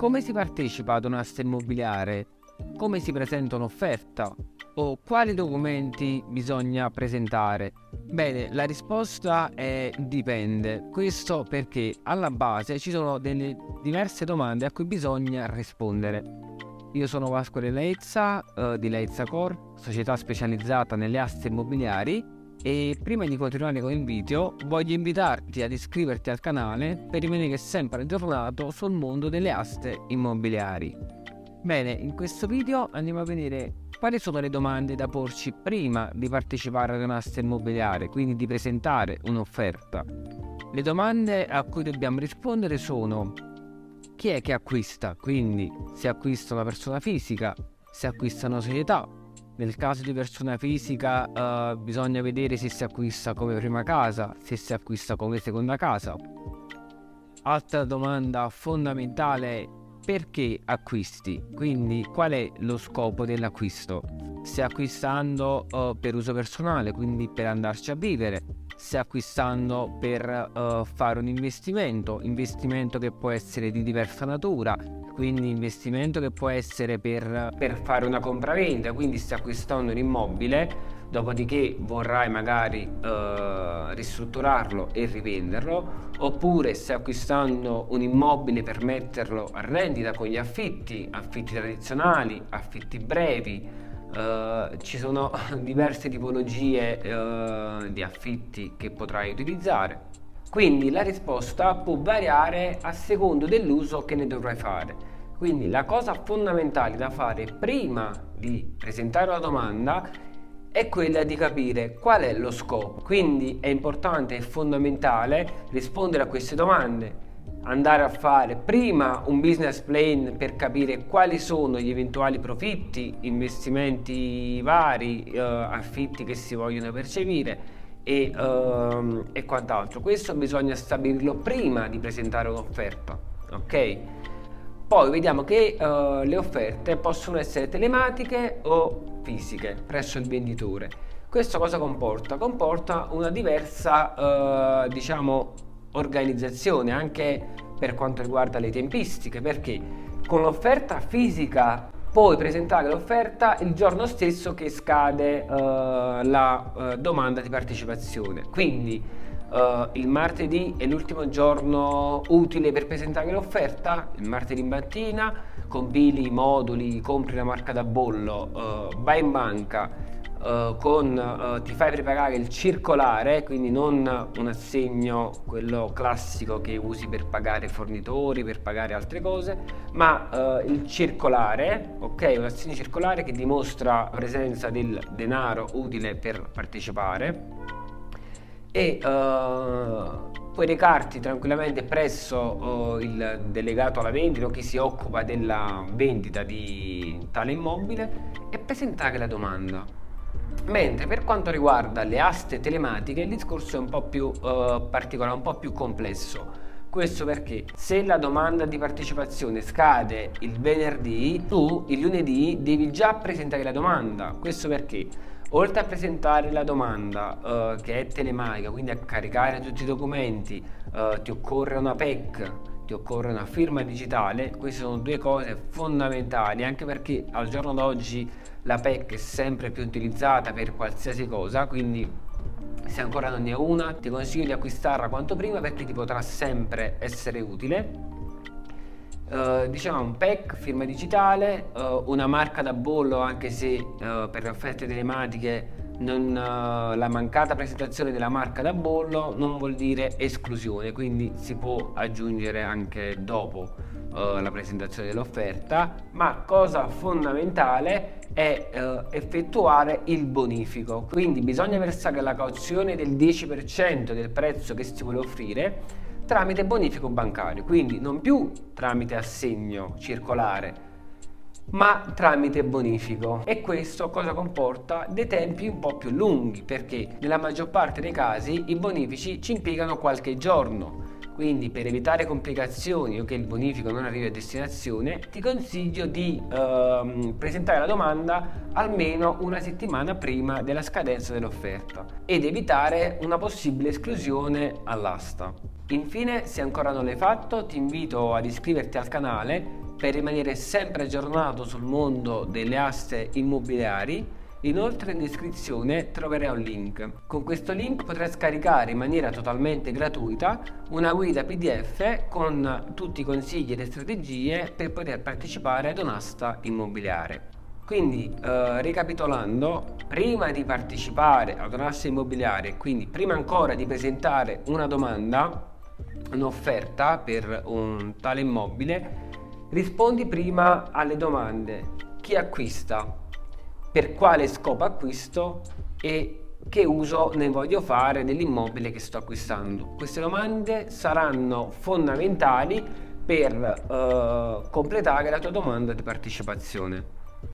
come si partecipa ad un'asta immobiliare? Come si presenta un'offerta? O quali documenti bisogna presentare? Bene, la risposta è dipende. Questo perché alla base ci sono delle diverse domande a cui bisogna rispondere. Io sono Vasco De Leizza di Leizza Core, società specializzata nelle aste immobiliari, e prima di continuare con il video voglio invitarti ad iscriverti al canale per rimanere sempre aggiornato sul mondo delle aste immobiliari. Bene, in questo video andiamo a vedere quali sono le domande da porci prima di partecipare ad un'asta immobiliare, quindi di presentare un'offerta. Le domande a cui dobbiamo rispondere sono: chi è che acquista? Quindi se acquista una persona fisica, se acquista una società. Nel caso di persona fisica bisogna vedere se si acquista come prima casa, se si acquista come seconda casa. Altra domanda fondamentale è: perché acquisti? Quindi qual è lo scopo dell'acquisto? Se acquistando per uso personale, quindi per andarci a vivere, se acquistando per fare un investimento che può essere di diversa natura, quindi investimento che può essere per fare una compravendita, quindi stai acquistando un immobile, dopodiché vorrai magari ristrutturarlo e rivenderlo, oppure stai acquistando un immobile per metterlo a rendita con gli affitti tradizionali, affitti brevi. Ci sono diverse tipologie di affitti che potrai utilizzare, quindi la risposta può variare a secondo dell'uso che ne dovrai fare. Quindi la cosa fondamentale da fare prima di presentare una domanda è quella di capire qual è lo scopo. Quindi è importante e fondamentale rispondere a queste domande, andare a fare prima un business plan per capire quali sono gli eventuali profitti, investimenti vari, affitti che si vogliono percepire e quant'altro. Questo bisogna stabilirlo prima di presentare un'offerta, ok? Poi vediamo che le offerte possono essere telematiche o fisiche presso il venditore. Questo cosa comporta? Comporta una diversa organizzazione anche per quanto riguarda le tempistiche, perché con l'offerta fisica puoi presentare l'offerta il giorno stesso che scade la domanda di partecipazione. Quindi il martedì è l'ultimo giorno utile per presentare l'offerta. Il martedì mattina compili i moduli, compri la marca da bollo, vai in banca, ti fai preparare il circolare, quindi non un assegno quello classico che usi per pagare fornitori, per pagare altre cose, ma il circolare, ok, un assegno circolare che dimostra la presenza del denaro utile per partecipare, e puoi recarti tranquillamente presso il delegato alla vendita o chi si occupa della vendita di tale immobile e presentare la domanda. Mentre per quanto riguarda le aste telematiche il discorso è un po' più particolare, un po' più complesso. Questo perché se la domanda di partecipazione scade il venerdì, tu il lunedì devi già presentare la domanda. Questo perché oltre a presentare la domanda che è telematica, quindi a caricare tutti i documenti, ti occorre una PEC, ti occorre una firma digitale. Queste sono due cose fondamentali, anche perché al giorno d'oggi la PEC è sempre più utilizzata per qualsiasi cosa, quindi se ancora non ne hai una ti consiglio di acquistarla quanto prima perché ti potrà sempre essere utile. Un PEC, firma digitale, una marca da bollo, anche se per le offerte telematiche la mancata presentazione della marca da bollo non vuol dire esclusione, quindi si può aggiungere anche dopo la presentazione dell'offerta. Ma cosa fondamentale è effettuare il bonifico, quindi bisogna versare la cauzione del 10% del prezzo che si vuole offrire tramite bonifico bancario, quindi non più tramite assegno circolare, ma tramite bonifico. E questo cosa comporta? Dei tempi un po' più lunghi, perché nella maggior parte dei casi i bonifici ci impiegano qualche giorno. Quindi per evitare complicazioni o che il bonifico non arrivi a destinazione, ti consiglio di presentare la domanda almeno una settimana prima della scadenza dell'offerta ed evitare una possibile esclusione all'asta. Infine, se ancora non l'hai fatto, ti invito ad iscriverti al canale per rimanere sempre aggiornato sul mondo delle aste immobiliari. Inoltre in descrizione troverai un link. Con questo link potrai scaricare in maniera totalmente gratuita una guida PDF con tutti i consigli e le strategie per poter partecipare ad un'asta immobiliare. Quindi ricapitolando, prima di partecipare ad un'asta immobiliare, quindi prima ancora di presentare una domanda, un'offerta per un tale immobile, rispondi prima alle domande: chi acquista, per quale scopo acquisto e che uso ne voglio fare dell'immobile che sto acquistando. Queste domande saranno fondamentali per completare la tua domanda di partecipazione.